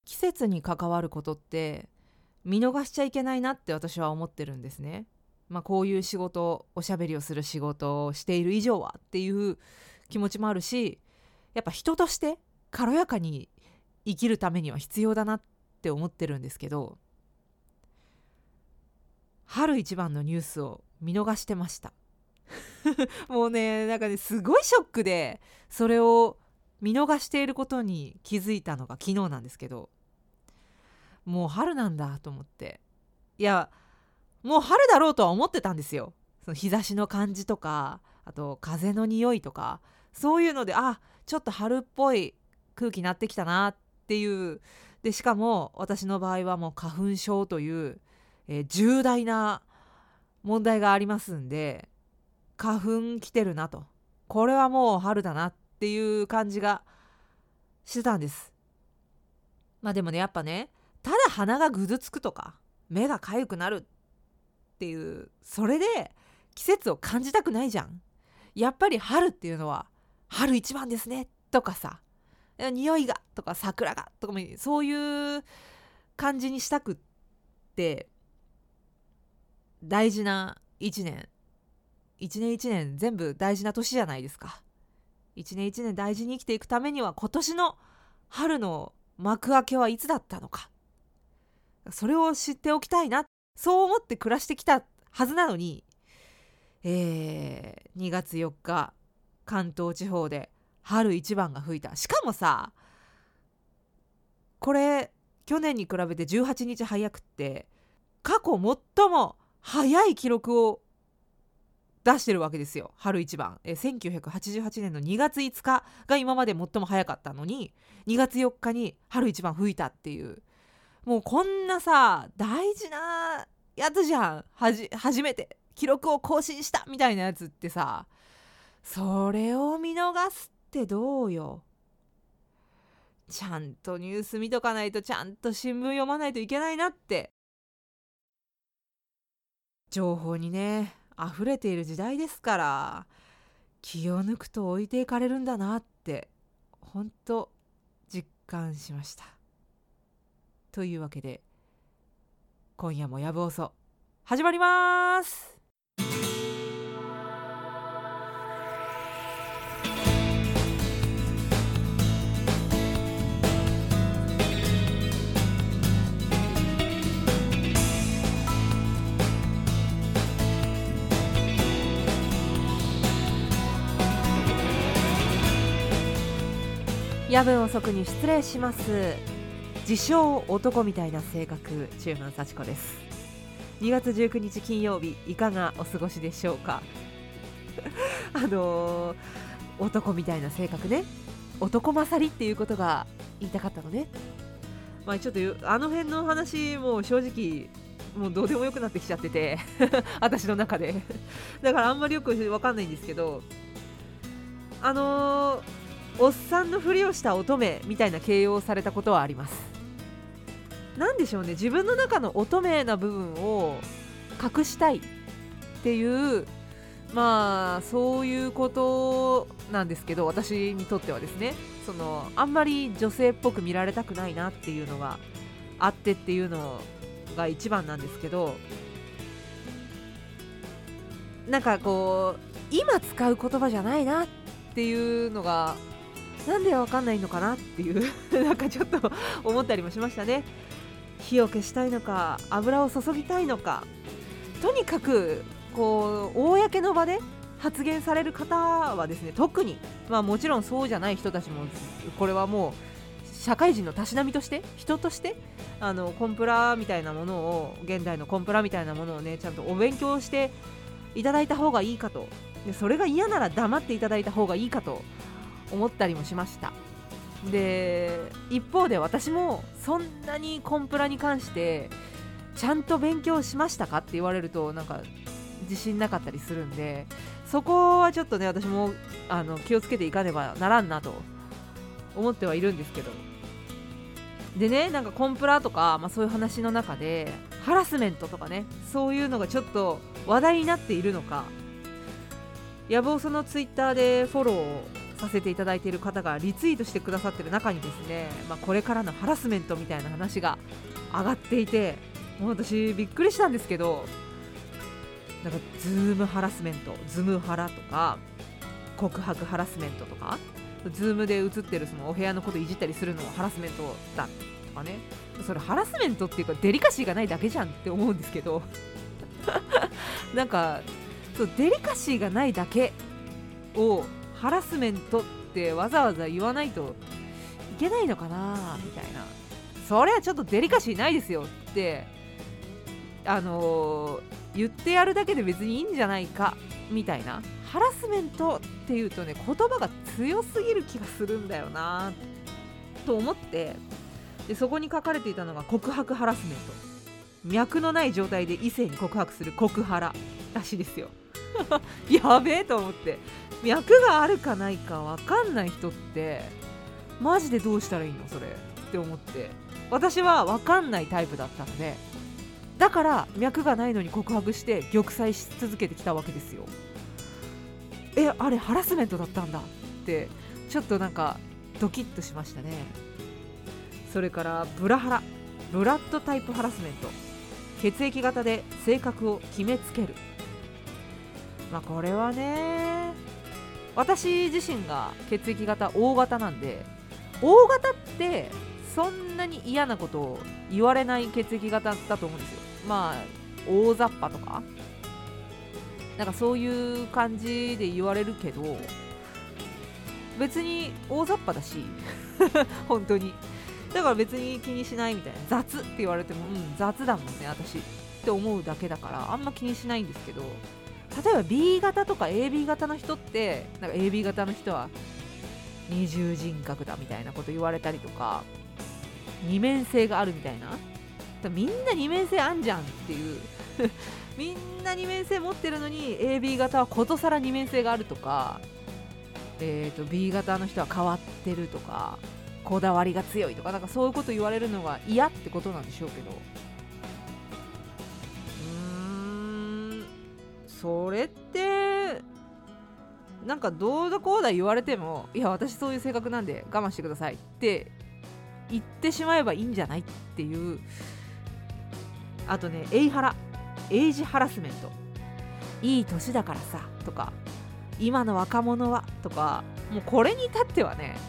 季節に関わることって見逃しちゃいけないなって私は思ってるんですね。こういう仕事、おしゃべりをする仕事をしている以上はっていう気持ちもあるし、やっぱ人として軽やかに生きるためには必要だなって思ってるんですけど、春一番のニュースを見逃してましたもうね、すごいショックで、それを見逃していることに気づいたのが昨日なんですけど、もう春なんだと思って、いやもう春だろうとは思ってたんですよ。その日差しの感じとか、あと風の匂いとか、そういうのでちょっと春っぽい空気になってきたなっていう。でしかも私の場合はもう花粉症という、重大な問題がありますんで、花粉来てるなと、これはもう春だなっていう感じがしてたんです。でもね、やっぱね、ただ鼻がぐずつくとか目がかゆくなるっていう、それで季節を感じたくないじゃん。やっぱり春っていうのは春一番ですねとかさ、匂いがとか桜がとかも、そういう感じにしたくって、大事な一年一年全部大事な年じゃないですか。一年一年大事に生きていくためには、今年の春の幕開けはいつだったのか、それを知っておきたいな、そう思って暮らしてきたはずなのに、2月4日関東地方で春一番が吹いた。しかもさ、これ去年に比べて18日早くって、過去最も早い記録を出してるわけですよ。春一番、1988年の2月5日が今まで最も早かったのに、2月4日に春一番吹いたっていう、もうこんなさ大事なやつじゃん。初めて記録を更新したみたいなやつってさ、それを見逃すってどうよ。ちゃんとニュース見とかないと、ちゃんと新聞読まないといけないなって。情報にね溢れている時代ですから、気を抜くと置いていかれるんだなって本当実感しました。というわけで、今夜もやぶおそ始まります。夜分遅くに失礼します。自称男みたいな性格、中満幸子です。2月19日金曜日、いかがお過ごしでしょうか男みたいな性格ね、男勝りっていうことが言いたかったのね。ちょっとあの辺の話も正直もうどうでもよくなってきちゃってて私の中でだからあんまりよくわかんないんですけど、おっさんのふりをした乙女みたいな形容をされたことはあります。なんでしょうね、自分の中の乙女な部分を隠したいっていう、そういうことなんですけど、私にとってはですね、あんまり女性っぽく見られたくないなっていうのがあってっていうのが一番なんですけど、今使う言葉じゃないなっていうのがなんでわかんないのかなっていうちょっと思ったりもしましたね。火を消したいのか、油を注ぎたいのか、とにかく公の場で発言される方はですね、特にもちろんそうじゃない人たちも、これはもう社会人のたしなみとして、人としてコンプラみたいなものを、現代のコンプラみたいなものをね、ちゃんとお勉強していただいた方がいいかと。でそれが嫌なら黙っていただいた方がいいかと思ったりもしました。で一方で私もそんなにコンプラに関してちゃんと勉強しましたかって言われると自信なかったりするんで、そこはちょっとね、私も気をつけていかねばならんなと思ってはいるんですけど。でね、コンプラとか、そういう話の中でハラスメントとかね、そういうのがちょっと話題になっているのか、やぶおそのツイッターでフォローさせていただいている方がリツイートしてくださってる中にですね、これからのハラスメントみたいな話が上がっていて、もう私びっくりしたんですけど、なんかズームハラスメント、ズムハラとか告白ハラスメントとか、ズームで映ってるそのお部屋のこといじったりするのもハラスメントだとかね、それハラスメントっていうかデリカシーがないだけじゃんって思うんですけどなんかそうデリカシーがないだけをハラスメントってわざわざ言わないといけないのかなみたいな、それはちょっとデリカシーないですよって言ってやるだけで別にいいんじゃないかみたいな。ハラスメントっていうとね、言葉が強すぎる気がするんだよなと思って、でそこに書かれていたのが告白ハラスメント、脈のない状態で異性に告白する告ハラらしいですよやべえと思って、脈があるかないか分かんない人ってマジでどうしたらいいのそれって思って、私は分かんないタイプだったので、だから脈がないのに告白して玉砕し続けてきたわけですよ。あれハラスメントだったんだってちょっとなんかドキッとしましたね。それからブラハラ、ブラッドタイプハラスメント、血液型で性格を決めつける。これはね、私自身が血液型 O 型なんで、O 型ってそんなに嫌なことを言われない血液型だと思うんですよ。大雑把とかなんかそういう感じで言われるけど、別に大雑把だし本当にだから別に気にしないみたいな。雑って言われても雑だもんね私って思うだけだからあんま気にしないんですけど、例えば B 型とか AB 型の人って、なんか AB 型の人は二重人格だみたいなこと言われたりとか、二面性があるみたいな、みんな二面性あんじゃんっていうみんな二面性持ってるのに AB 型はことさら二面性があるとか、B 型の人は変わってるとかこだわりが強いとか、なんかそういうこと言われるのが嫌ってことなんでしょうけど、それってなんかどうだこうだ言われても、いや私そういう性格なんで我慢してくださいって言ってしまえばいいんじゃないっていう。あとね、エイジハラスメント、いい年だからさとか、今の若者はとか、もうこれに至ってはね、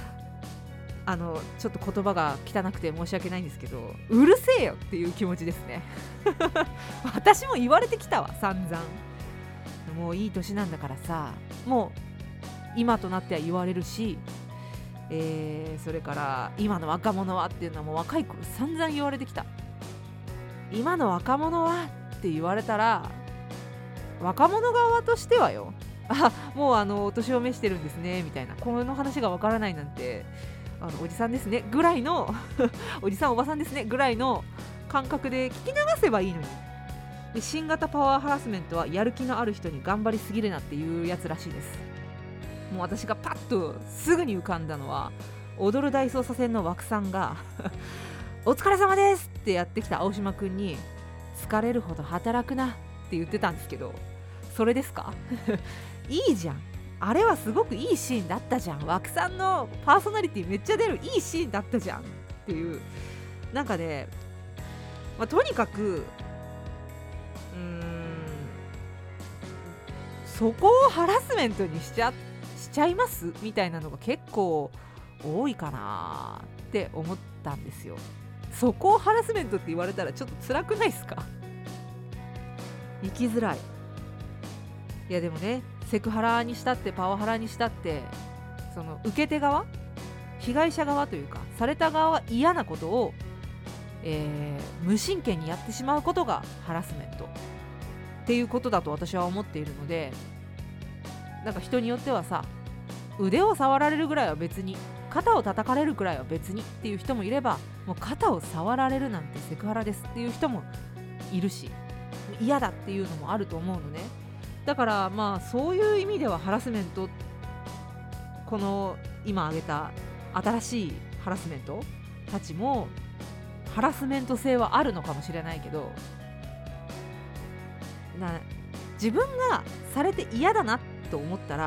ちょっと言葉が汚くて申し訳ないんですけど、うるせえよっていう気持ちですね私も言われてきたわ散々。もういい年なんだからさ、もう今となっては言われるし、それから今の若者はっていうのはもう若い頃散々言われてきた。今の若者はって言われたら、若者側としてはよ、もうお年を召してるんですねみたいな、この話がわからないなんておじさんですねぐらいのおじさんおばさんですねぐらいの感覚で聞き流せばいいのに。で新型パワーハラスメントはやる気のある人に頑張りすぎるなっていうやつらしいです。もう私がパッとすぐに浮かんだのは、踊る大捜査線の枠さんがお疲れ様ですってやってきた青島くんに、疲れるほど働くなって言ってたんですけど、それですかいいじゃん、あれはすごくいいシーンだったじゃん、枠さんのパーソナリティめっちゃ出るいいシーンだったじゃんっていう。なんかね、とにかくそこをハラスメントにしちゃいますみたいなのが結構多いかなって思ったんですよ。そこをハラスメントって言われたらちょっと辛くないですか？生きづらい。いやでもね、セクハラにしたってパワハラにしたって、その受け手側、被害者側というかされた側は嫌なことを、無神経にやってしまうことがハラスメントっていうことだと私は思っているので、なんか人によってはさ、腕を触られるぐらいは別に、肩を叩かれるくらいは別にっていう人もいれば、もう肩を触られるなんてセクハラですっていう人もいるし、嫌だっていうのもあると思うのね。だからそういう意味ではハラスメント、この今挙げた新しいハラスメントたちもハラスメント性はあるのかもしれないけど、自分がされて嫌だなと思ったら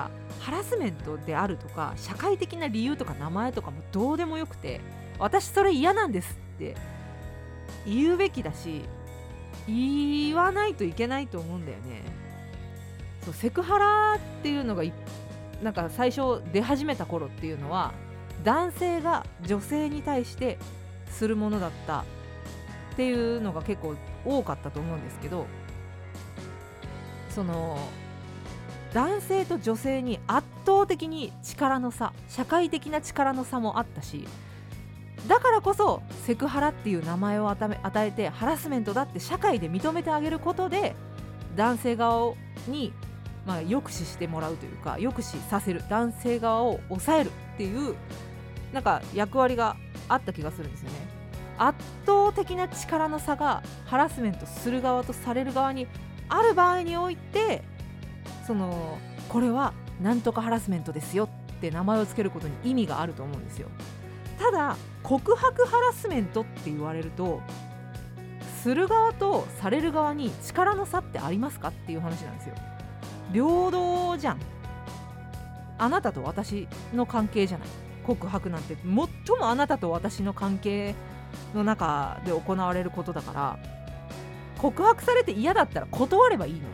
ハラスメントであるとか社会的な理由とか名前とかもどうでもよくて、私それ嫌なんですって言うべきだし、言わないといけないと思うんだよね。そう、セクハラっていうのがなんか最初出始めた頃っていうのは男性が女性に対してするものだったっていうのが結構多かったと思うんですけど、その男性と女性に圧倒的に力の差、社会的な力の差もあったし、だからこそセクハラっていう名前を与えてハラスメントだって社会で認めてあげることで男性側に抑止してもらうというか、抑止させる、男性側を抑えるっていうなんか役割があった気がするんですよね。圧倒的な力の差がハラスメントする側とされる側にある場合において、これはなんとかハラスメントですよって名前をつけることに意味があると思うんですよ。ただ告白ハラスメントって言われると、する側とされる側に力の差ってありますかっていう話なんですよ。平等じゃん。あなたと私の関係じゃない。告白なんて最もあなたと私の関係の中で行われることだから、告白されて嫌だったら断ればいいのよ。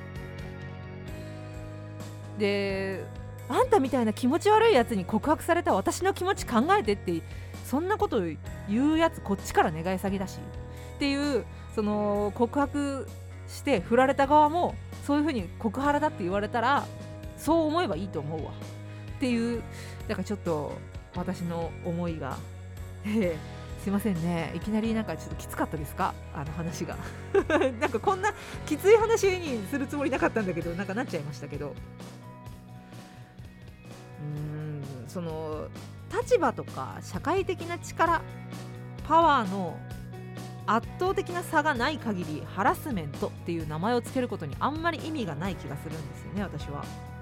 で、あんたみたいな気持ち悪いやつに告白された私の気持ち考えてって、そんなこと言うやつこっちから願い下げだしっていう、告白して振られた側もそういう風に告ハラだって言われたらそう思えばいいと思うわっていう、だからちょっと私の思いがすいませんね、いきなりなんかちょっときつかったですか、話がなんかこんなきつい話にするつもりなかったんだけど、なんかなっちゃいましたけど、立場とか社会的な力、パワーの圧倒的な差がない限りハラスメントっていう名前をつけることにあんまり意味がない気がするんですよね、私は。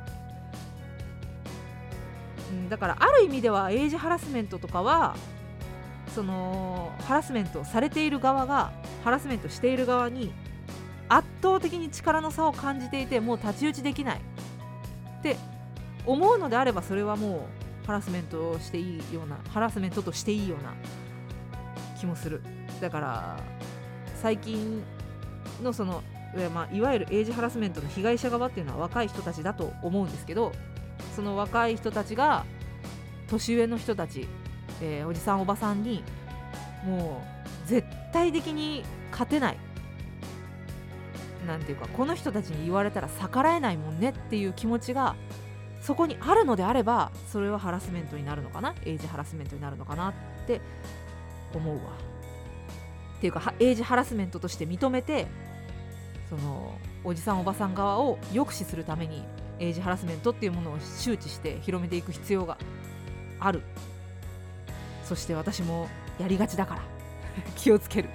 だからある意味ではエイジハラスメントとかはハラスメントされている側がハラスメントしている側に圧倒的に力の差を感じていて、もう太刀打ちできないって思うのであれば、それはもうハラスメントとしていいような気もする。だから最近のいわゆるエイジハラスメントの被害者側っていうのは若い人たちだと思うんですけど、その若い人たちが年上の人たち、おじさんおばさんにもう絶対的に勝てない、なんていうか、この人たちに言われたら逆らえないもんねっていう気持ちがそこにあるのであれば、それはハラスメントになるのかな、エイジハラスメントになるのかなって思うわ。っていうかエイジハラスメントとして認めて、おじさんおばさん側を抑止するためにエイジハラスメントっていうものを周知して広めていく必要がある。そして私もやりがちだから気をつける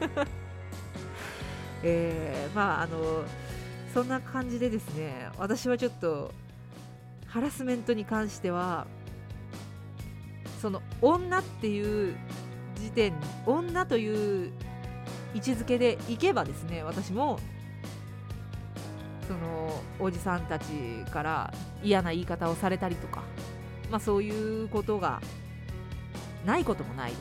そんな感じでですね、私はちょっとハラスメントに関しては女っていう時点、女という位置づけでいけばですね、私もおじさんたちから嫌な言い方をされたりとか、そういうことがないこともないです。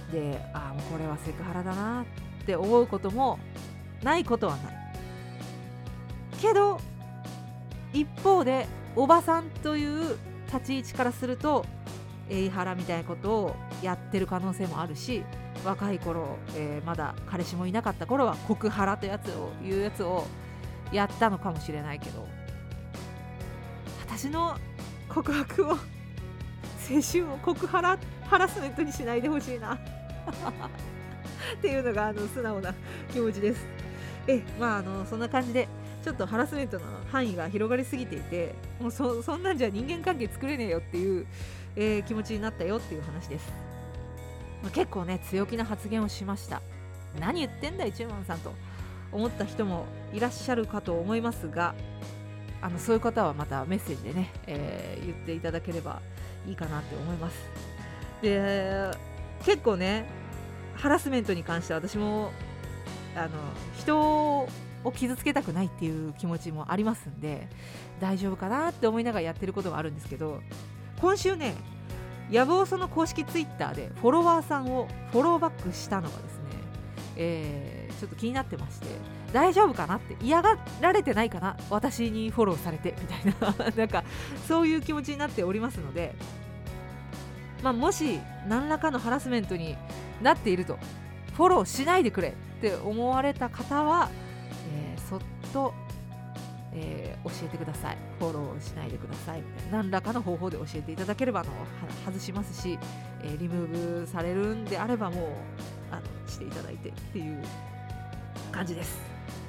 で、もうこれはセクハラだなって思うこともないことはない。けど一方でおばさんという立ち位置からするとエイハラみたいなことをやってる可能性もあるし、若い頃、まだ彼氏もいなかった頃は告ハラというやつをやったのかもしれないけど、私の告白を青春をハラスメントにしないでほしいなっていうのが素直な気持ちです。そんな感じでちょっとハラスメントの範囲が広がりすぎていて、もう そんなんじゃ人間関係作れねえよっていう、気持ちになったよっていう話です。結構ね強気な発言をしました。何言ってんだいチューマンさんと思った人もいらっしゃるかと思いますが、そういう方はまたメッセージでね、言っていただければいいかなって思います。で、結構ねハラスメントに関しては私も人を傷つけたくないっていう気持ちもありますんで、大丈夫かなって思いながらやってることがあるんですけど、今週ねやぶおその公式ツイッターでフォロワーさんをフォローバックしたのがですね、ちょっと気になってまして、大丈夫かなって、嫌がられてないかな私にフォローされてみたいななんかそういう気持ちになっておりますので、もし何らかのハラスメントになっていると、フォローしないでくれって思われた方は、そっと、教えてください。フォローしないでくださいみたいな、何らかの方法で教えていただければ外しますし、リムーブされるんであればもうしていただいてっていう感じです。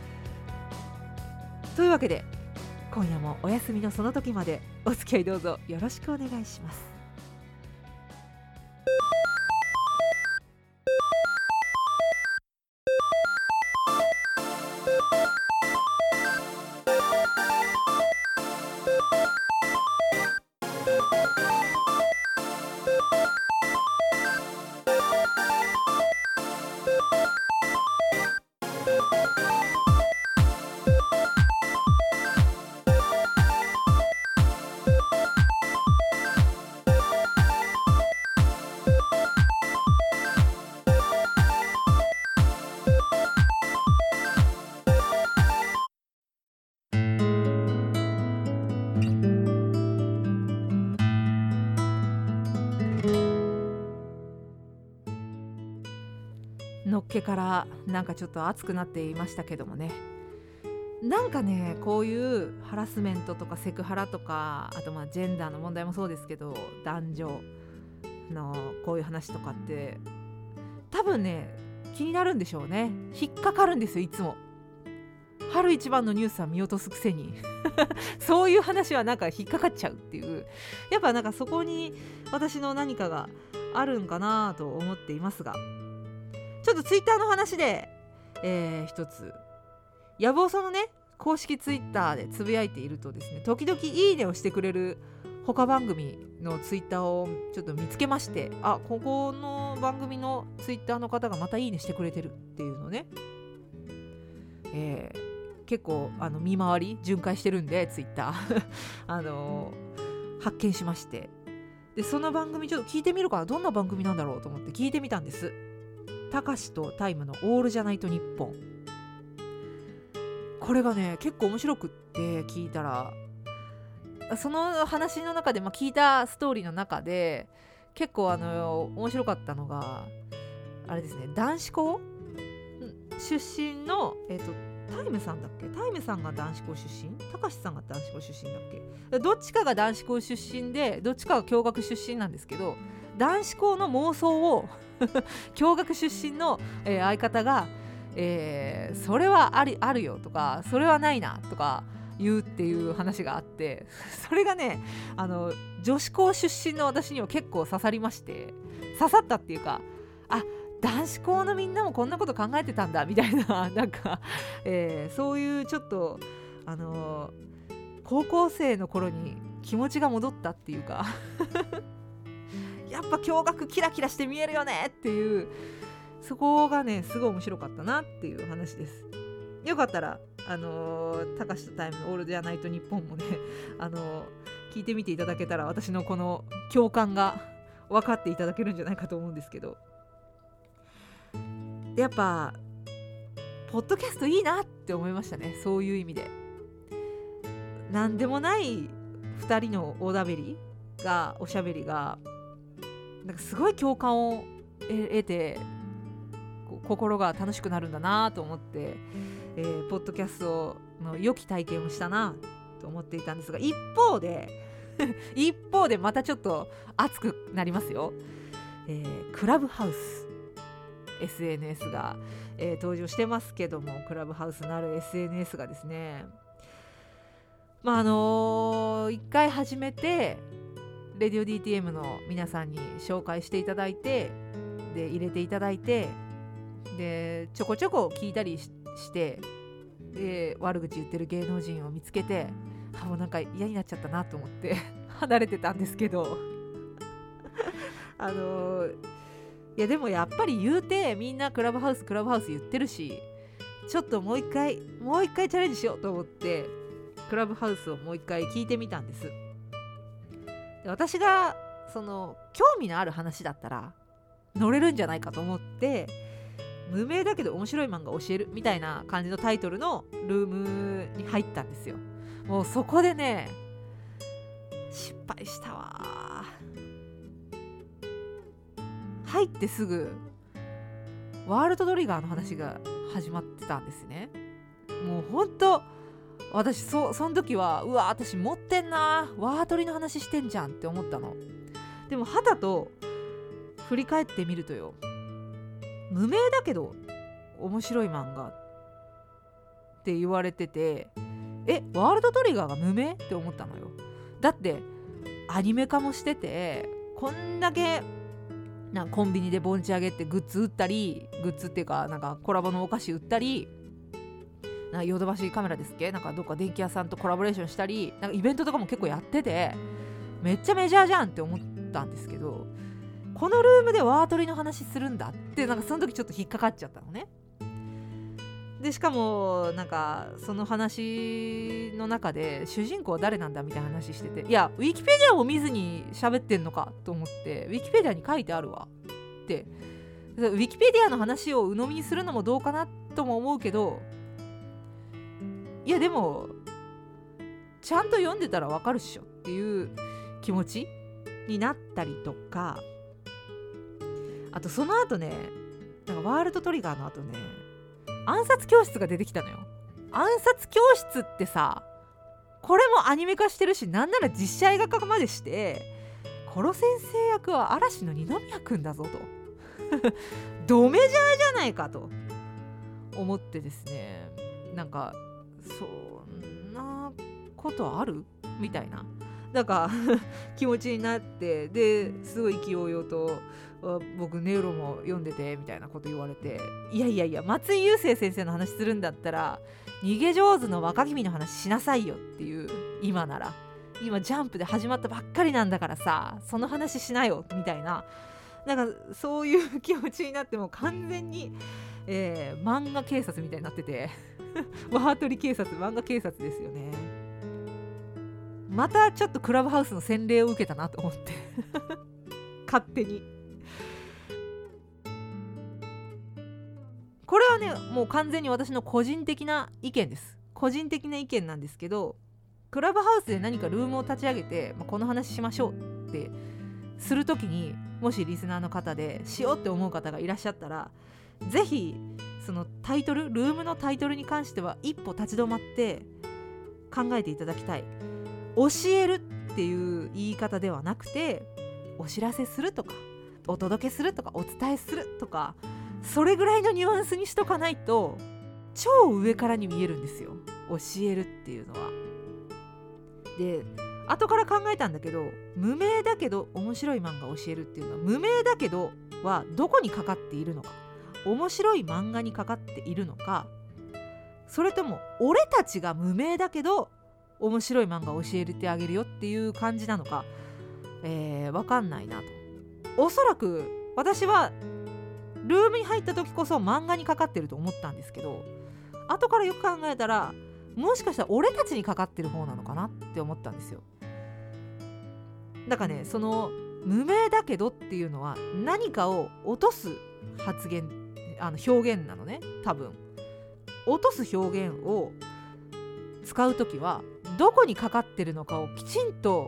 というわけで今夜もお休みのその時までお付き合いどうぞよろしくお願いします。のっけからなんかちょっと熱くなっていましたけどもね、なんかねこういうハラスメントとかセクハラとか、あとジェンダーの問題もそうですけど、男女のこういう話とかって多分ね気になるんでしょうね。引っかかるんですよ、いつも。春一番のニュースは見落とすくせにそういう話はなんか引っかかっちゃうっていう、やっぱなんかそこに私の何かがあるんかなと思っていますが、ちょっとツイッターの話で、一つやぶおそのね公式ツイッターでつぶやいているとですね、時々いいねをしてくれる他番組のツイッターをちょっと見つけまして、ここの番組のツイッターの方がまたいいねしてくれてるっていうのね、結構見回り巡回してるんでツイッター発見しまして、でその番組ちょっと聞いてみるかな、どんな番組なんだろうと思って聞いてみたんです。たかしとタイムのオールじゃないと日本。これがね結構面白くって聞いたら、その話の中で、聞いたストーリーの中で結構面白かったのがあれですね、男子校出身のタイムさんだっけ、タイムさんが男子校出身、たかしさんが男子校出身だっけ、どっちかが男子校出身でどっちかが共学出身なんですけど、男子校の妄想を共学出身の、相方が、それはあるよとか、それはないなとか言うっていう話があって、それがね女子校出身の私には結構刺さりまして、刺さったっていうか、男子校のみんなもこんなこと考えてたんだみたいななんか、そういうちょっと高校生の頃に気持ちが戻ったっていうかやっぱ共学キラキラして見えるよねっていう、そこがねすごい面白かったなっていう話です。よかったらたかしとタイムのオールじゃないと日本もね聞いてみていただけたら、私のこの共感が分かっていただけるんじゃないかと思うんですけど、やっぱポッドキャストいいなって思いましたね。そういう意味でなんでもない2人のおしゃべりがなんかすごい共感を得て心が楽しくなるんだなと思って、ポッドキャストの良き体験をしたなと思っていたんですが、一方でまたちょっと熱くなりますよ。クラブハウス SNS が、登場してますけども、クラブハウスなる SNS がですね、一回始めてレディオ DTM の皆さんに紹介していただいて、で入れていただいて、でちょこちょこ聞いたりして、で悪口言ってる芸能人を見つけて、もうなんか嫌になっちゃったなと思って離れてたんですけどいやでもやっぱり言うてみんなクラブハウス言ってるし、 ちょっともう一回チャレンジしようと思ってクラブハウスをもう一回聞いてみたんです。で私がその興味のある話だったら乗れるんじゃないかと思って、無名だけど面白い漫画教えるみたいな感じのタイトルのルームに入ったんですよ。もうそこでね失敗したわ。入ってすぐワールドトリガーの話が始まってたんですね。もうほんと私その時はうわ私持ってんな、ワートリの話してんじゃんって思ったの。でもはたと振り返ってみるとよ、無名だけど面白い漫画って言われてて、ワールドトリガーが無名って思ったのよ。だってアニメ化もしてて、こんだけコンビニでボンチ上げってグッズ売ったり、グッズっていうかなんかコラボのお菓子売ったり、ヨドバシカメラですっけ、なんかどっか電気屋さんとコラボレーションしたり、なんかイベントとかも結構やっててめっちゃメジャーじゃんって思ったんですけど、このルームでワートリの話するんだってなんかその時ちょっと引っかかっちゃったのね。でしかもなんかその話の中で主人公は誰なんだみたいな話してて、いやウィキペディアも見ずに喋ってんのかと思って、ウィキペディアに書いてあるわって、ウィキペディアの話を鵜呑みにするのもどうかなとも思うけど、いやでもちゃんと読んでたらわかるっしょっていう気持ちになったりとか、あとその後ね、なんかワールドトリガーの後ね、暗殺教室が出てきたのよ。暗殺教室ってさ、これもアニメ化してるし、なんなら実写映画化までして、コロ先生役は嵐の二宮くんだぞとドメジャーじゃないかと思ってですね、なんかそんなことあるみたいななんか気持ちになって、ですごい意気揚々と僕ネウロも読んでてみたいなこと言われて、いや松井優生先生の話するんだったら逃げ上手の若君の話しなさいよっていう、今ジャンプで始まったばっかりなんだからさ、その話しなよみたいな、なんかそういう気持ちになって、もう完全に、漫画警察みたいになっててワートリ警察、漫画警察ですよね。またちょっとクラブハウスの洗礼を受けたなと思って勝手に。これはねもう完全に私の個人的な意見です。個人的な意見なんですけど、クラブハウスで何かルームを立ち上げて、この話しましょうってするときに、もしリスナーの方でしようって思う方がいらっしゃったら、ぜひそのタイトル、ルームのタイトルに関しては一歩立ち止まって考えていただきたい。教えるっていう言い方ではなくて、お知らせするとかお届けするとかお伝えするとか、それぐらいのニュアンスにしとかないと超上からに見えるんですよ、教えるっていうのは。で後から考えたんだけど、無名だけど面白い漫画を教えるっていうのは、無名だけどはどこにかかっているのか、面白い漫画にかかっているのか、それとも俺たちが無名だけど面白い漫画を教えてあげるよっていう感じなのか、わかんないなと。おそらく私はルームに入った時こそ漫画にかかってると思ったんですけど、後からよく考えたらもしかしたら俺たちにかかってる方なのかなって思ったんですよ。だからね、その無名だけどっていうのは何かを落とす発言、表現なのね。多分落とす表現を使うときはどこにかかってるのかをきちんと、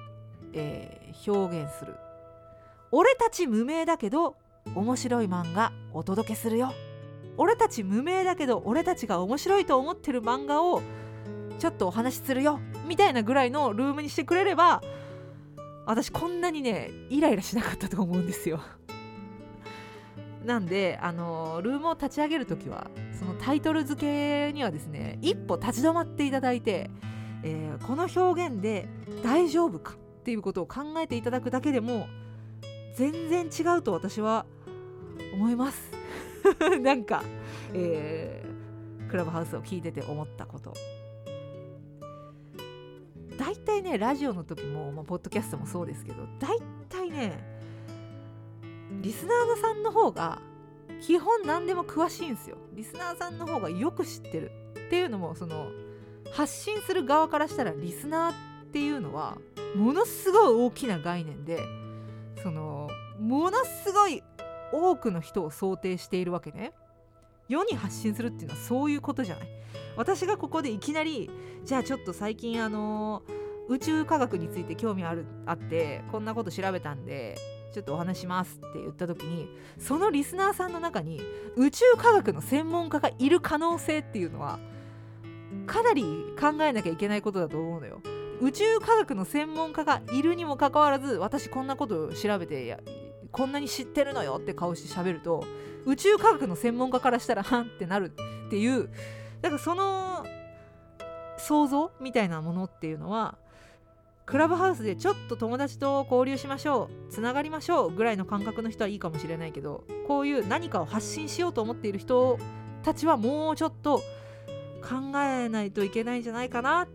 表現する。俺たち無名だけど面白い漫画お届けするよ、俺たち無名だけど俺たちが面白いと思ってる漫画をちょっとお話しするよみたいなぐらいのルームにしてくれれば、私こんなにねイライラしなかったと思うんですよ。なんでルームを立ち上げるときはそのタイトル付けにはですね、一歩立ち止まっていただいて、この表現で大丈夫かっていうことを考えていただくだけでも全然違うと私は思いますなんか、クラブハウスを聞いてて思ったこと、だいたいねラジオの時も、ポッドキャストもそうですけど、だいたいねリスナーさんの方が基本何でも詳しいんですよ。リスナーさんの方がよく知ってるっていうのも、その発信する側からしたらリスナーっていうのはものすごい大きな概念で、そのものすごい多くの人を想定しているわけね。世に発信するっていうのはそういうことじゃない。私がここでいきなりじゃあちょっと最近宇宙科学について興味あってこんなこと調べたんでちょっとお話しますって言った時に、そのリスナーさんの中に宇宙科学の専門家がいる可能性っていうのはかなり考えなきゃいけないことだと思うのよ。宇宙科学の専門家がいるにもかかわらず、私こんなことを調べてこんなに知ってるのよって顔して喋ると、宇宙科学の専門家からしたらはんってなるっていう、だからその想像みたいなものっていうのは、クラブハウスでちょっと友達と交流しましょう、つながりましょうぐらいの感覚の人はいいかもしれないけど、こういう何かを発信しようと思っている人たちはもうちょっと考えないといけないんじゃないかなって。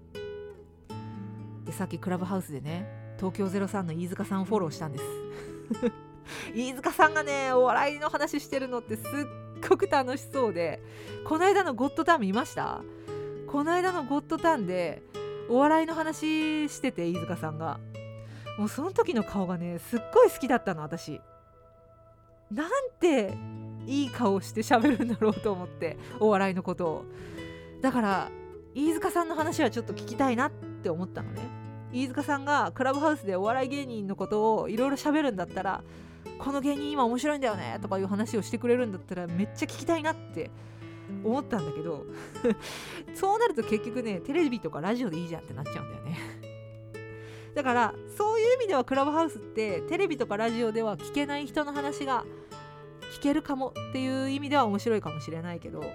でさっきクラブハウスでね、東京03の飯塚さんをフォローしたんです飯塚さんがねお笑いの話してるのってすっごく楽しそうで、この間のゴッドタン見ました？この間のゴッドタンでお笑いの話してて、飯塚さんがもうその時の顔がねすっごい好きだったの。私なんていい顔して喋るんだろうと思って、お笑いのことを。だから飯塚さんの話はちょっと聞きたいなって思ったのね。飯塚さんがクラブハウスでお笑い芸人のことをいろいろ喋るんだったら、この芸人今面白いんだよねとかいう話をしてくれるんだったらめっちゃ聞きたいなって思ったんだけどそうなると結局ね、テレビとかラジオでいいじゃんってなっちゃうんだよねだからそういう意味ではクラブハウスってテレビとかラジオでは聞けない人の話が聞けるかもっていう意味では面白いかもしれないけど、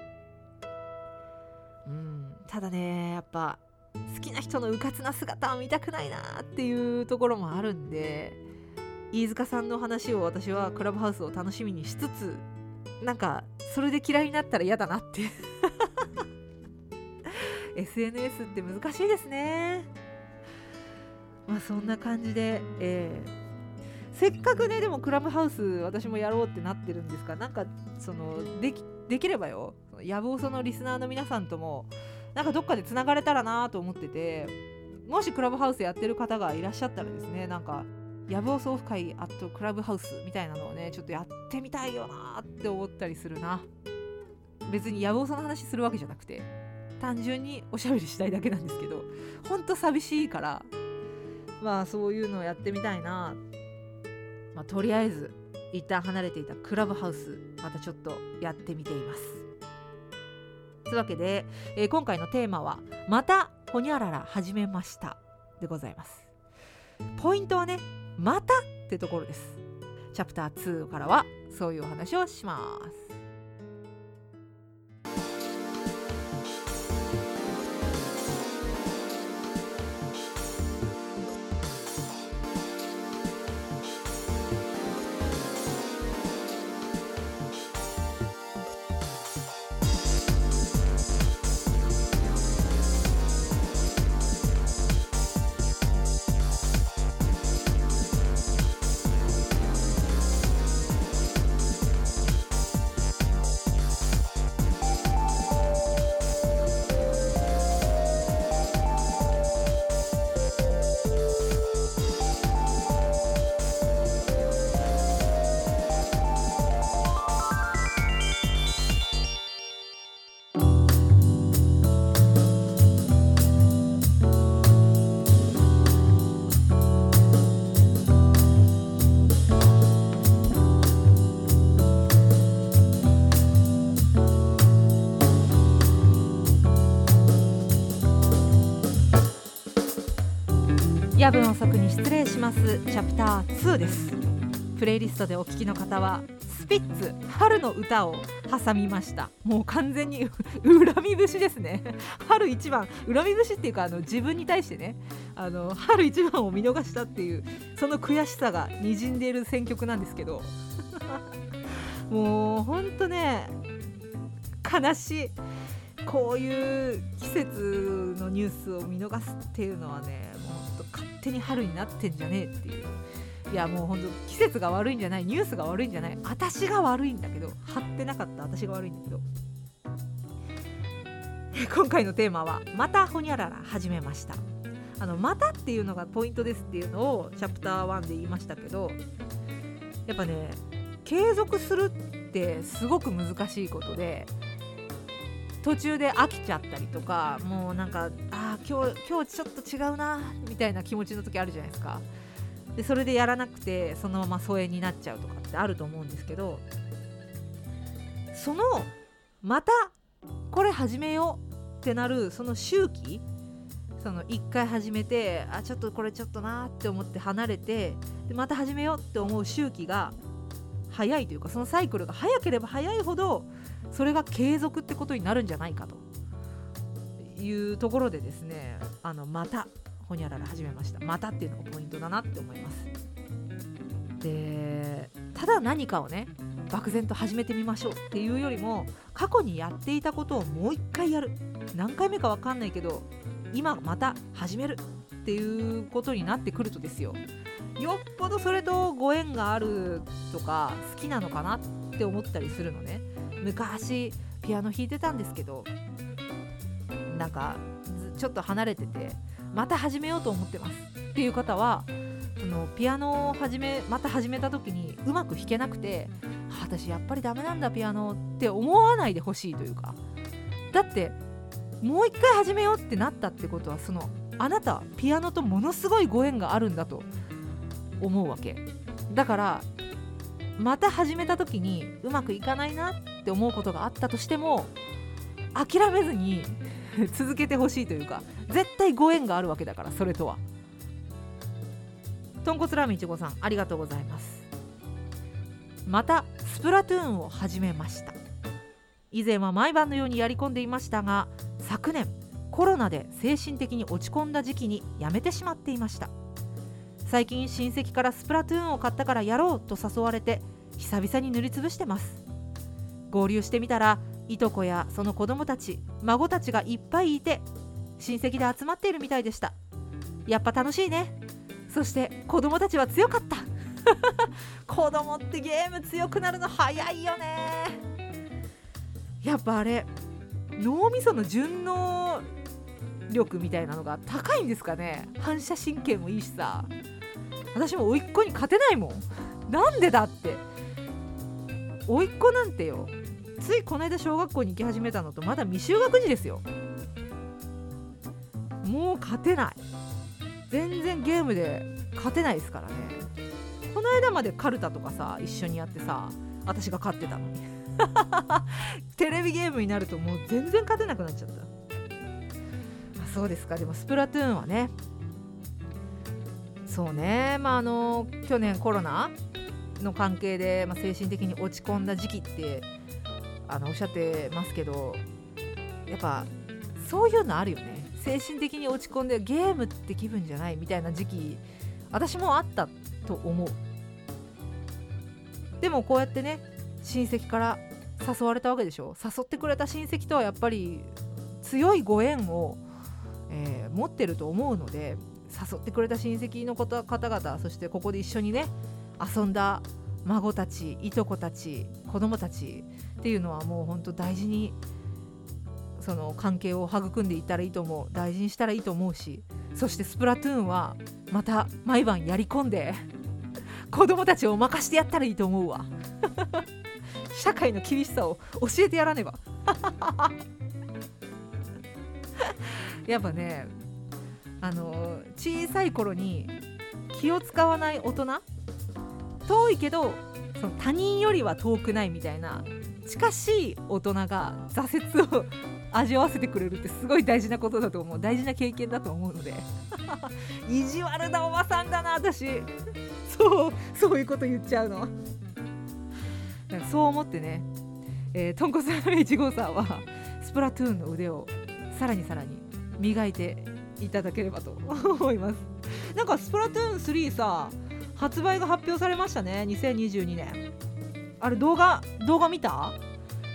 ただね、やっぱ好きな人のうかつな姿を見たくないなっていうところもあるんで、飯塚さんの話を私はクラブハウスを楽しみにしつつ、なんかそれで嫌いになったら嫌だなってSNS って難しいですね。まあそんな感じで、せっかくねでもクラブハウス私もやろうってなってるんですが、なんかそのできればよ、やぶおそのリスナーの皆さんともなんかどっかでつながれたらなと思ってて、もしクラブハウスやってる方がいらっしゃったらですね、なんかやぶおそオフ会あとクラブハウスみたいなのをねちょっとやってみたいよなって思ったりするな。別にやぶおその話するわけじゃなくて、単純におしゃべりしたいだけなんですけど、ほんと寂しいから、まあそういうのをやってみたいな。まあとりあえず一旦離れていたクラブハウスまたちょっとやってみています。というわけで、今回のテーマはまたほにゃらら始めましたでございます。ポイントはね、またってところです。チャプター2からはそういうお話をします。夜分遅くに失礼します。チャプター2です。プレイリストでお聞きの方はスピッツ春の歌を挟みました。もう完全に恨み節ですね。春一番、恨み節っていうか自分に対してね、春一番を見逃したっていうその悔しさがにじんでいる選曲なんですけどもうほんとね悲しい。こういう季節のニュースを見逃すっていうのはね、もうほんと勝手に春になってんじゃねえっていういやもうほんと季節が悪いんじゃない、ニュースが悪いんじゃない、私が悪いんだけど、貼ってなかった私が悪いんだけど。今回のテーマはまたほにゃらら始めました。またっていうのがポイントですっていうのをチャプター1で言いましたけど、やっぱね継続するってすごく難しいことで、途中で飽きちゃったりとか、もうなんか今日ちょっと違うなみたいな気持ちの時あるじゃないですか。でそれでやらなくてそのまま疎遠になっちゃうとかってあると思うんですけど、そのまたこれ始めようってなるその周期、その一回始めてちょっとこれちょっとなって思って離れて、でまた始めようって思う周期が早いというか、そのサイクルが早ければ早いほどそれが継続ってことになるんじゃないかというところでですね、またほにゃらら始めました。またっていうのがポイントだなって思います。でただ何かをね漠然と始めてみましょうっていうよりも、過去にやっていたことをもう一回やる、何回目か分かんないけど今また始めるっていうことになってくるとですよ、よっぽどそれとご縁があるとか好きなのかなって思ったりするのね。昔ピアノ弾いてたんですけど、なんかちょっと離れててまた始めようと思ってますっていう方は、そのピアノをまた始めた時にうまく弾けなくて、私やっぱりダメなんだピアノって思わないでほしいというか、だってもう一回始めようってなったってことは、あなたピアノとものすごいご縁があるんだと思うわけだから、また始めた時にうまくいかないなって思うことがあったとしても諦めずに続けてほしいというか、絶対ご縁があるわけだから。それとはとんこつラーメンいちごさん、ありがとうございます。またスプラトゥーンを始めました。以前は毎晩のようにやり込んでいましたが、昨年コロナで精神的に落ち込んだ時期にやめてしまっていました。最近親戚からスプラトゥーンを買ったからやろうと誘われて久々に塗りつぶしてます。合流してみたらいとこやその子供たち孫たちがいっぱいいて、親戚で集まっているみたいでした。やっぱ楽しいね。そして子供たちは強かった子供ってゲーム強くなるの早いよね。やっぱあれ脳みその順応力みたいなのが高いんですかね。反射神経もいいしさ、私も甥っ子に勝てないもん。なんでだって、甥っ子なんてよ、ついこの間小学校に行き始めたのとまだ未就学児ですよ。もう勝てない、全然ゲームで勝てないですからね。この間までカルタとかさ一緒にやってさ、私が勝ってたのにテレビゲームになるともう全然勝てなくなっちゃった。そうですか。でもスプラトゥーンはね、そうね、去年コロナの関係で、精神的に落ち込んだ時期っておっしゃってますけど、やっぱそういうのあるよね。精神的に落ち込んでゲームって気分じゃないみたいな時期、私もあったと思う。でもこうやってね、親戚から誘われたわけでしょ。誘ってくれた親戚とはやっぱり強いご縁を、持ってると思うので、誘ってくれた親戚の方々、そしてここで一緒にね遊んだ孫たちいとこたち子供たちっていうのはもう本当大事にその関係を育んでいったらいいと思う。大事にしたらいいと思うし、そしてスプラトゥーンはまた毎晩やり込んで子供たちを任してやったらいいと思うわ社会の厳しさを教えてやらねばやっぱね、小さい頃に気を使わない大人、遠いけどその他人よりは遠くないみたいな近しい大人が挫折を味わわせてくれるってすごい大事なことだと思う。大事な経験だと思うので意地悪なおばさんだな私そういうこと言っちゃうのなんかそう思ってね、とんこつラーメン1号さんはスプラトゥーンの腕をさらに磨いていただければと思います。なんかスプラトゥーン3さ発売が発表されましたね。2022年。あれ動画見た？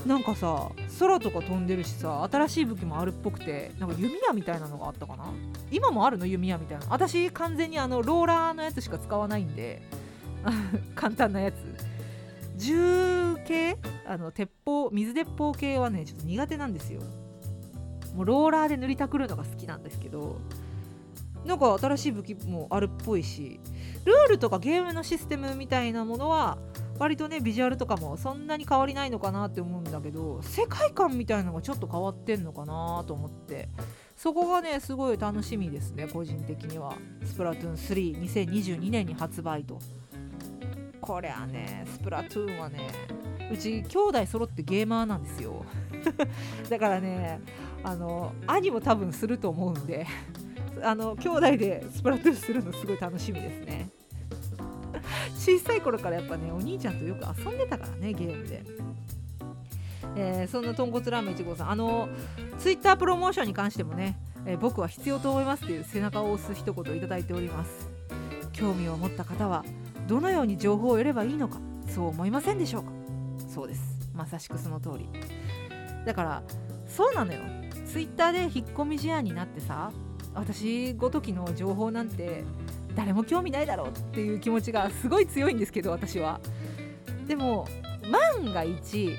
なんかさ空とか飛んでるしさ、新しい武器もあるっぽくて、なんか弓矢みたいなのがあったかな。今もあるの弓矢みたいな。私完全にローラーのやつしか使わないんで簡単なやつ、銃系鉄砲水鉄砲系はねちょっと苦手なんですよ。もうローラーで塗りたくるのが好きなんですけど、なんか新しい武器もあるっぽいし、ルールとかゲームのシステムみたいなものは割とねビジュアルとかもそんなに変わりないのかなって思うんだけど、世界観みたいなのがちょっと変わってんのかなと思って、そこがねすごい楽しみですね個人的には。スプラトゥーン3 2022年に発売と。これはねスプラトゥーンはね、うち兄弟揃ってゲーマーなんですよだからね兄も多分すると思うんで兄弟でスプラトゥーンするのすごい楽しみですね小さい頃からやっぱねお兄ちゃんとよく遊んでたからねゲームで、そんな豚骨ラーメン1号さん、ツイッタープロモーションに関してもね、僕は必要と思いますという背中を押す一言いただいております。興味を持った方はどのように情報を得ればいいのか、そう思いませんでしょうか。そうです、まさしくその通りだから、そうなのよ。ツイッターで引っ込み思案になってさ、私ごときの情報なんて誰も興味ないだろうっていう気持ちがすごい強いんですけど、私は。でも万が一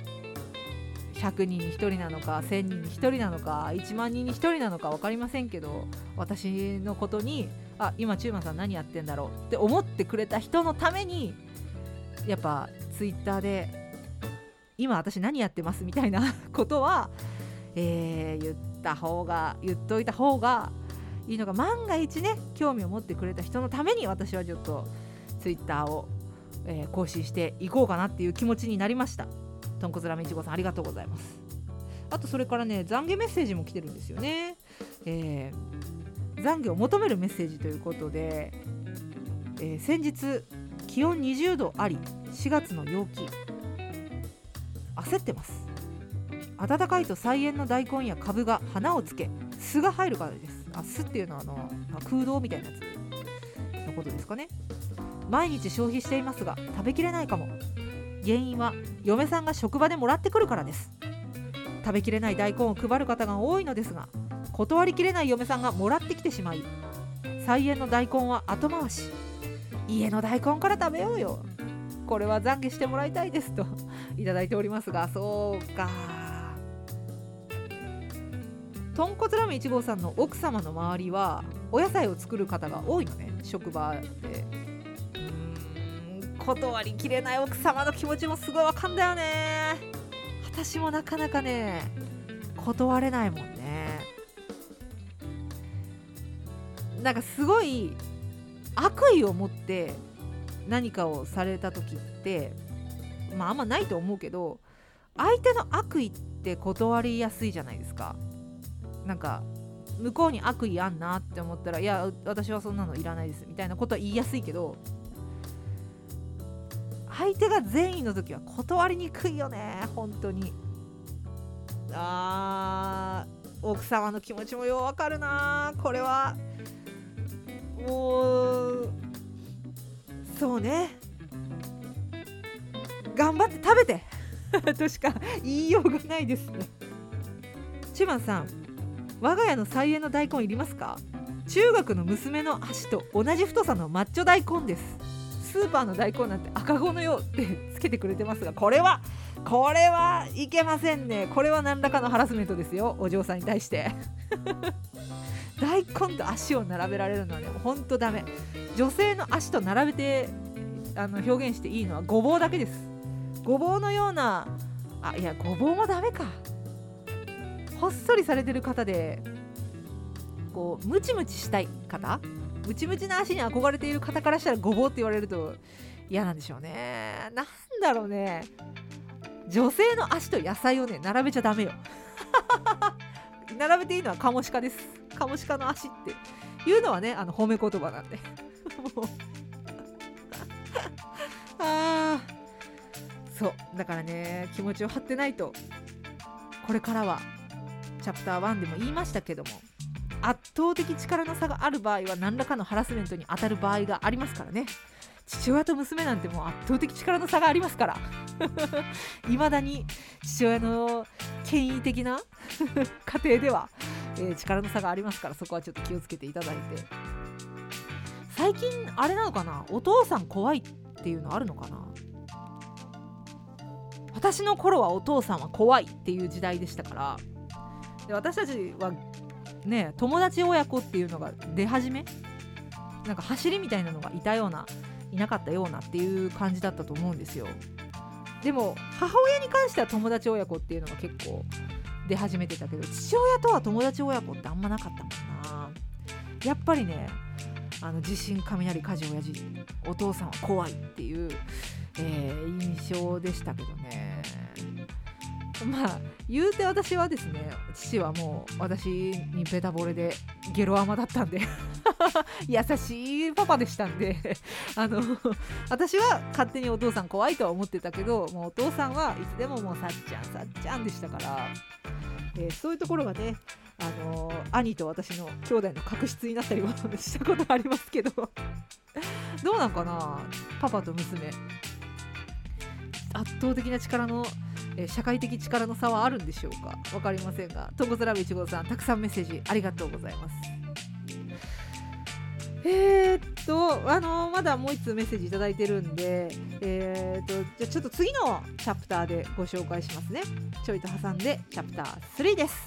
100人に1人なのか1000人に1人なのか1万人に1人なのか分かりませんけど、私のことに今チューマンさん何やってんだろうって思ってくれた人のために、やっぱツイッターで今私何やってますみたいなことは、言っといた方がいいのが、万が一ね興味を持ってくれた人のために私はちょっとツイッターを、更新していこうかなっていう気持ちになりました。とんこつラーメンいちごさんありがとうございます。あとそれからね懺悔メッセージも来てるんですよね。懺悔を求めるメッセージということで、先日気温20度あり4月の陽気、焦ってます。暖かいと菜園の大根や株が花をつけ巣が入るからです。巣っていうのは空洞みたいなやつのことですかね。毎日消費していますが食べきれないかも。原因は嫁さんが職場でもらってくるからです。食べきれない大根を配る方が多いのですが、断りきれない嫁さんがもらってきてしまい、菜園の大根は後回し。家の大根から食べようよ。これは懺悔してもらいたいですといただいておりますが、そうか。とんこつラーメン1号さんの奥様の周りはお野菜を作る方が多いのね、職場で。断りきれない奥様の気持ちもすごいわかんだよね。私もなかなかね断れないもんね。なんかすごい悪意を持って何かをされた時って、あんまないと思うけど、相手の悪意って断りやすいじゃないですか。なんか向こうに悪意あんなって思ったら、いや私はそんなのいらないですみたいなことは言いやすいけど、相手が善意の時は断りにくいよね本当に。奥様の気持ちもようわかるな。これはもうそうね、頑張って食べてとしか言いようがないですね。チュマンさん、我が家の菜園の大根いりますか？中学の娘の足と同じ太さのマッチョ大根です。スーパーの大根なんて赤子のようってつけてくれてますが、これはいけませんね。これは何らかのハラスメントですよ、お嬢さんに対して大根と足を並べられるのはねほんとダメ。女性の足と並べて表現していいのはごぼうだけです。ごぼうのような、いやごぼうもダメか。ほっそりされてる方でこうムチムチしたい方、ムチムチな足に憧れている方からしたらごぼうって言われると嫌なんでしょうね。なんだろうね、女性の足と野菜をね並べちゃダメよ並べていいのはカモシカです。カモシカの足っていうのはね褒め言葉なんでもうそうだからね、気持ちを張ってないと。これからはチャプター1でも言いましたけども、圧倒的力の差がある場合は何らかのハラスメントに当たる場合がありますからね。 父親と娘なんてもう圧倒的力の差がありますから未だに父親の権威的な家庭では、力の差がありますから、そこはちょっと気をつけていただいて。最近あれなのかな、お父さん怖いっていうのあるのかな。私の頃はお父さんは怖いっていう時代でしたから、で私たちはね、友達親子っていうのが出始め、なんか走りみたいなのがいたようないなかったようなっていう感じだったと思うんですよ。でも母親に関しては友達親子っていうのが結構出始めてたけど、父親とは友達親子ってあんまなかったもんな。やっぱりね、地震雷火事親父、お父さんは怖いっていう、印象でしたけどね。まあ言うて私はですね、父はもう私にベタ惚れでゲロアマだったんで優しいパパでしたんで私は勝手にお父さん怖いとは思ってたけど、もうお父さんはいつでももうさっちゃんでしたから、そういうところがね、兄と私の兄弟の確執になったりもしたことありますけどどうなんかな、パパと娘圧倒的な力の、社会的力の差はあるんでしょうか、分かりませんが、とんこつラブ1号さん、たくさんメッセージありがとうございます。まだもう1通メッセージいただいてるんで、じゃあちょっと次のチャプターでご紹介しますね。ちょいと挟んでチャプター3です。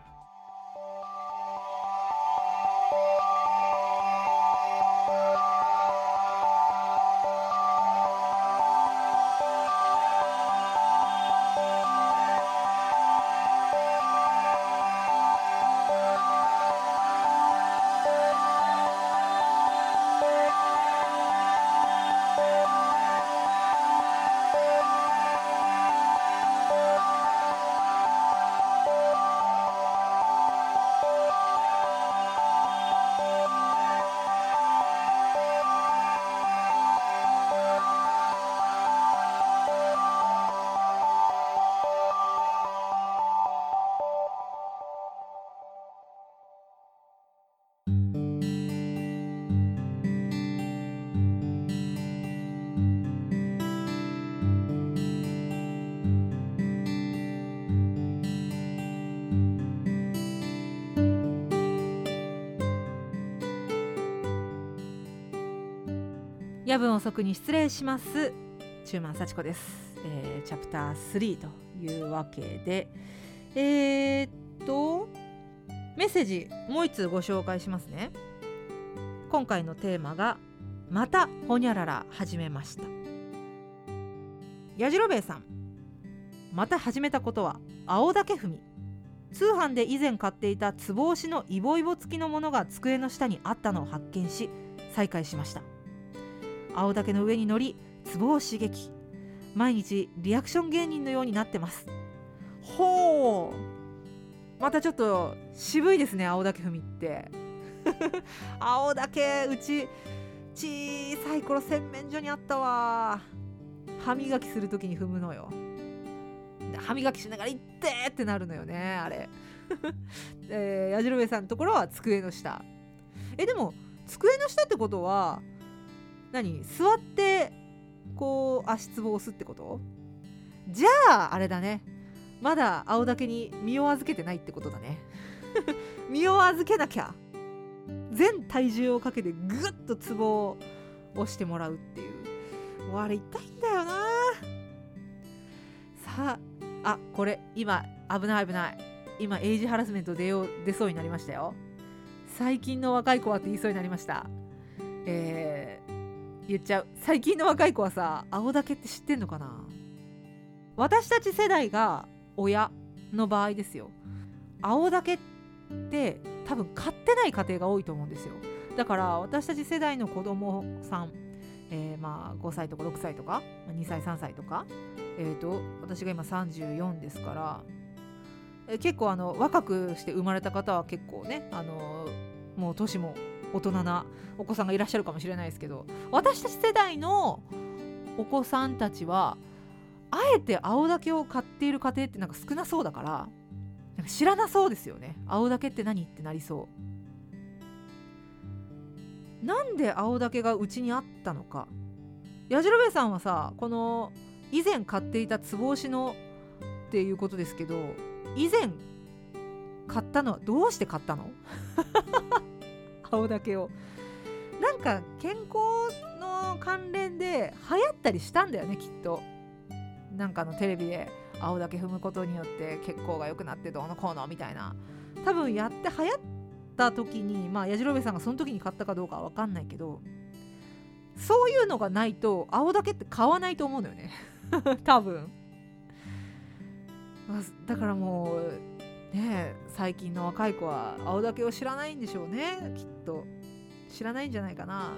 夜分遅くに失礼します。中満幸子です。チャプター3というわけで、メッセージもう一つご紹介しますね。今回のテーマがまたほにゃらら始めました。やじろべえさん、また始めたことは青竹踏み。通販で以前買っていたつぼ押しのイボイボ付きのものが机の下にあったのを発見し再開しました。青竹の上に乗りツボを刺激、毎日リアクション芸人のようになってます。ほう、またちょっと渋いですね、青竹踏みって青竹、うち小さい頃洗面所にあったわ。歯磨きするときに踏むのよ。歯磨きしながら「いってー!」ってなるのよね、あれやじろべえさんのところは机の下。でも机の下ってことは何、座ってこう足つぼを押すってこと？じゃああれだね、まだ青竹に身を預けてないってことだね身を預けなきゃ。全体重をかけてグッとつぼを押してもらうっていう。もうあれ痛いんだよな。さあ、これ今危ない、今エイジハラスメント出そうになりましたよ。最近の若い子はって言いそうになりました。言っちゃう。最近の若い子はさ、青竹って知ってんのかな。私たち世代が親の場合ですよ、青竹って多分買ってない家庭が多いと思うんですよ。だから私たち世代の子供さん、5歳とか6歳とか2歳3歳とか、私が今34ですから、結構若くして生まれた方は結構ね、もう年も大人なお子さんがいらっしゃるかもしれないですけど、私たち世代のお子さんたちはあえて青竹を買っている家庭ってなんか少なそうだから、なんか知らなそうですよね。青竹って何ってなりそう。なんで青竹がうちにあったのかやじろべえさんはさ、この以前買っていたつぼ押しのっていうことですけど、以前買ったのはどうして買ったの青竹を。なんか健康の関連で流行ったりしたんだよね、きっと。なんかのテレビで青竹踏むことによって血行が良くなってどうのこうのみたいな、多分やって流行った時に、まあやじろべえさんがその時に買ったかどうかは分かんないけど、そういうのがないと青竹って買わないと思うんだよね多分。だからもうね、最近の若い子は青竹を知らないんでしょうね、きっと。知らないんじゃないかな。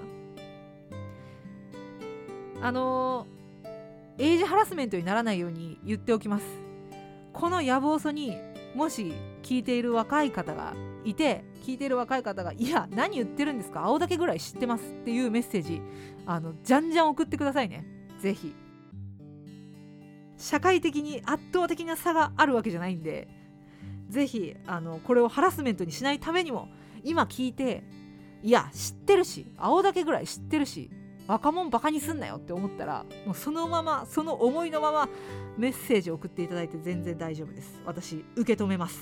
エイジハラスメントにならないように言っておきます。この野望そにもし聞いている若い方がいて、聞いている若い方がいや何言ってるんですか、青竹ぐらい知ってますっていうメッセージじゃんじゃん送ってくださいね。ぜひ。社会的に圧倒的な差があるわけじゃないんで、ぜひこれをハラスメントにしないためにも、今聞いていや知ってるし、青竹ぐらい知ってるし、若者バカにすんなよって思ったら、もうそのまま、その思いのままメッセージを送っていただいて全然大丈夫です。私受け止めます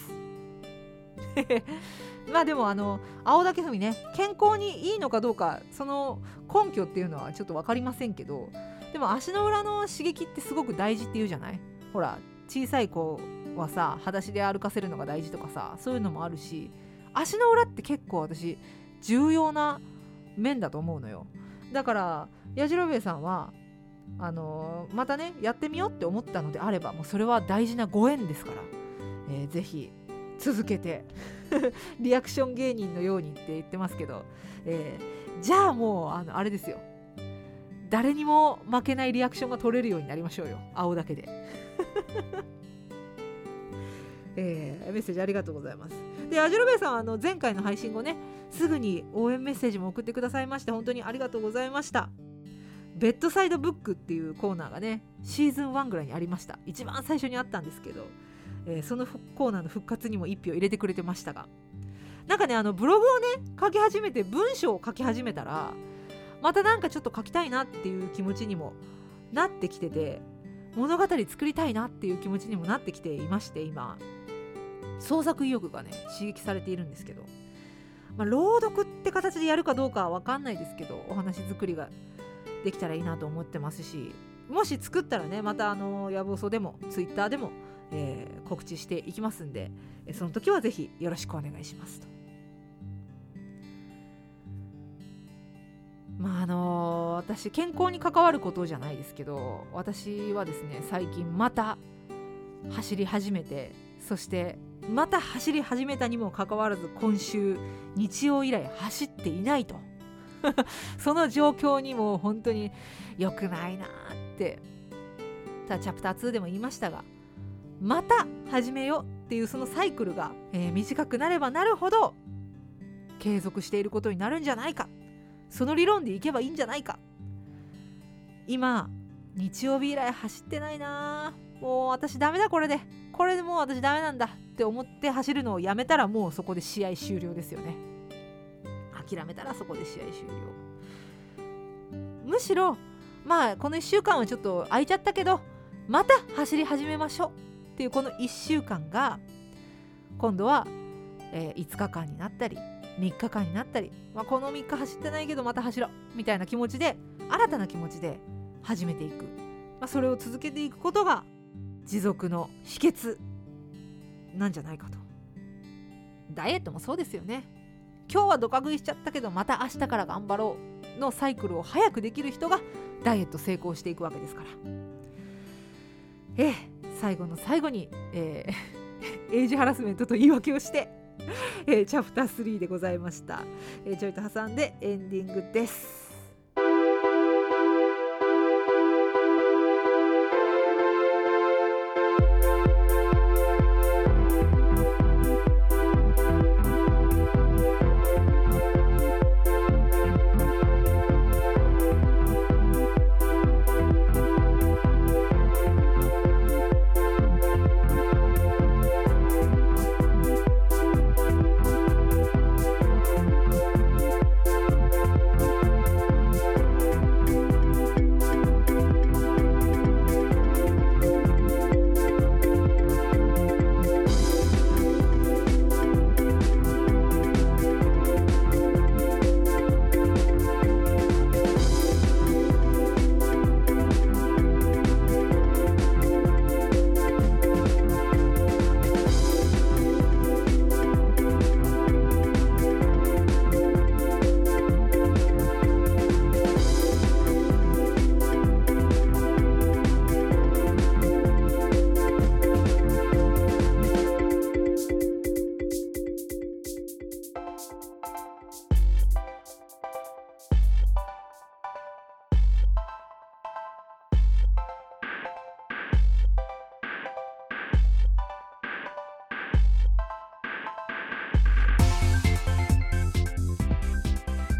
まあでも青竹踏みね、健康にいいのかどうか、その根拠っていうのはちょっと分かりませんけど、でも足の裏の刺激ってすごく大事って言うじゃない。ほら小さい子はさ、裸足で歩かせるのが大事とかさ、そういうのもあるし、足の裏って結構私重要な面だと思うのよ。だからやじろべえさんはまたねやってみようって思ったのであれば、もうそれは大事なご縁ですから、ぜひ続けてリアクション芸人のようにって言ってますけど、じゃあもうあれですよ、誰にも負けないリアクションが取れるようになりましょうよ、青だけでメッセージありがとうございます。でやじろべえさんは前回の配信後ね、すぐに応援メッセージも送ってくださいまして、本当にありがとうございました。ベッドサイドブックっていうコーナーがね、シーズン1ぐらいにありました。一番最初にあったんですけど、そのコーナーの復活にも一票入れてくれてましたが、なんかねブログをね書き始めて、文章を書き始めたら、またなんかちょっと書きたいなっていう気持ちにもなってきてて、物語作りたいなっていう気持ちにもなってきていまして、今創作意欲がね刺激されているんですけど、朗読って形でやるかどうかは分かんないですけど、お話作りができたらいいなと思ってますし、もし作ったらね、またやぼそでもツイッターでも、告知していきますんで、その時はぜひよろしくお願いしますと。私健康に関わることじゃないですけど、私はですね最近また走り始めて、そしてまた走り始めたにもかかわらず今週日曜以来走っていないとその状況にも本当に良くないなって、チャプター2でも言いましたが、また始めようっていうそのサイクルが、短くなればなるほど継続していることになるんじゃないか、その理論でいけばいいんじゃないか。今日曜日以来走ってないな、もう私ダメだ、これでもう私ダメなんだって思って走るのをやめたら、もうそこで試合終了ですよね。諦めたらそこで試合終了。むしろこの1週間はちょっと空いちゃったけど、また走り始めましょうっていうこの1週間が今度は、5日間になったり3日間になったり、この3日走ってないけどまた走ろうみたいな気持ちで、新たな気持ちで始めていく、それを続けていくことが持続の秘訣なんじゃないかと。ダイエットもそうですよね。今日はドカ食いしちゃったけどまた明日から頑張ろうのサイクルを早くできる人がダイエット成功していくわけですから。最後の最後に、エイジハラスメントと言い訳をしてチャプター3でございました。ちょいと挟んでエンディングです。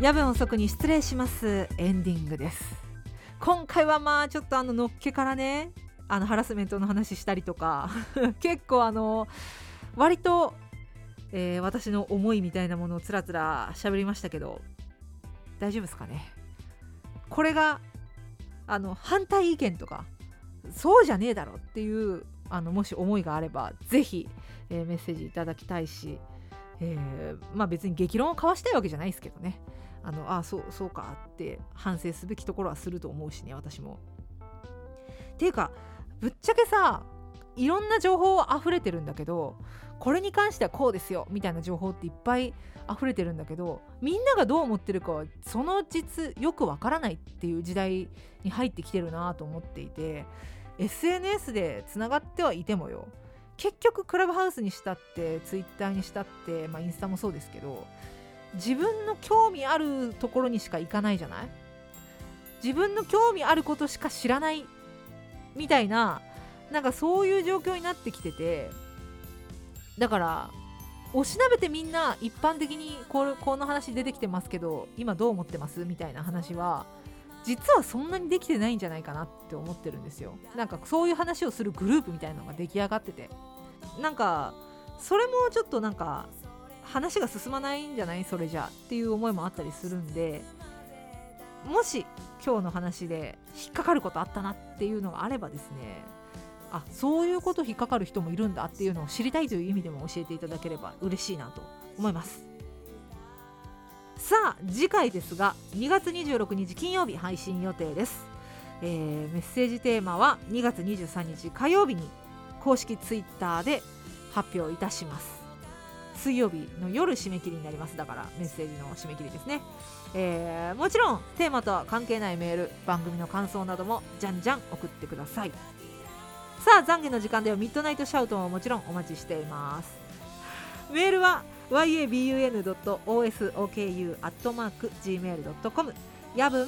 夜分遅くに失礼します。エンディングです。今回はちょっとのっけからね、ハラスメントの話したりとか結構割と、私の思いみたいなものをつらつら喋りましたけど、大丈夫ですかね。これが反対意見とかそうじゃねえだろっていうもし思いがあればぜひ、メッセージいただきたいし、別に激論を交わしたいわけじゃないですけどね、そうかって反省すべきところはすると思うしね、私も。っていうかぶっちゃけさ、いろんな情報溢れてるんだけど、これに関してはこうですよみたいな情報っていっぱい溢れてるんだけど、みんながどう思ってるかはその実よくわからないっていう時代に入ってきてるなと思っていて、 SNS でつながってはいてもよ、結局クラブハウスにしたってツイッターにしたって、インスタもそうですけど、自分の興味あるところにしか行かないじゃない。自分の興味あることしか知らないみたいな、なんかそういう状況になってきてて、だからおしなべてみんな一般的にこの話出てきてますけど今どう思ってますみたいな話は実はそんなにできてないんじゃないかなって思ってるんですよ。なんかそういう話をするグループみたいなのが出来上がってて、なんかそれもちょっとなんか話が進まないんじゃないそれじゃっていう思いもあったりするんで、もし今日の話で引っかかることあったなっていうのがあればですね、そういうこと引っかかる人もいるんだっていうのを知りたいという意味でも教えていただければ嬉しいなと思います。さあ次回ですが2月26日金曜日配信予定です。メッセージテーマは2月23日火曜日に公式ツイッターで発表いたします。水曜日の夜締め切りになります。だからメッセージの締め切りですね。もちろんテーマとは関係ないメール、番組の感想などもじゃんじゃん送ってください。さあ懺悔の時間ではミッドナイトシャウトももちろんお待ちしています。メールは yabun.osoku@gmail.com やぶん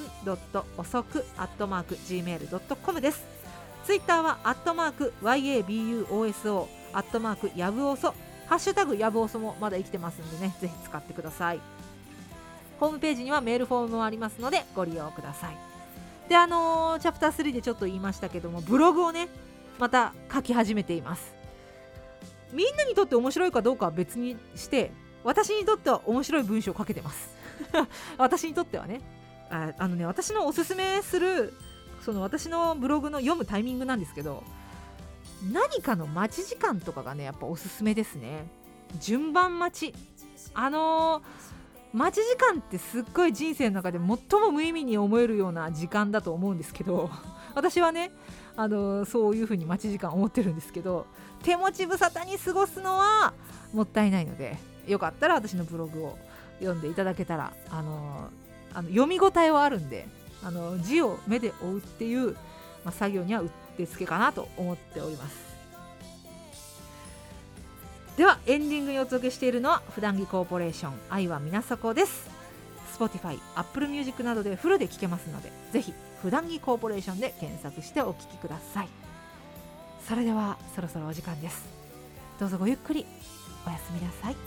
.osoku@gmail.com です。ツイッターは@yabuosoやぶおそハッシュタグやぶおそもまだ生きてますんでね、ぜひ使ってください。ホームページにはメールフォームもありますのでご利用ください。でチャプター3でちょっと言いましたけども、ブログをねまた書き始めています。みんなにとって面白いかどうかは別にして、私にとっては面白い文章を書けてます私にとってはね、私のおすすめする私のブログの読むタイミングなんですけど、何かの待ち時間とかがねやっぱおすすめですね。順番待ち、待ち時間ってすっごい人生の中で最も無意味に思えるような時間だと思うんですけど私はねそういう風に待ち時間思ってるんですけど、手持ち無沙汰に過ごすのはもったいないので、よかったら私のブログを読んでいただけたら読み応えはあるんで、字を目で追うっていう、作業にはうってつけかなと思っております。ではエンディングにお届けしているのは普段着コーポレーション愛は皆底です。 Spotify、Apple Music などでフルで聴けますので、ぜひ普段着コーポレーションで検索してお聴きください。それではそろそろお時間です。どうぞごゆっくりおやすみなさい。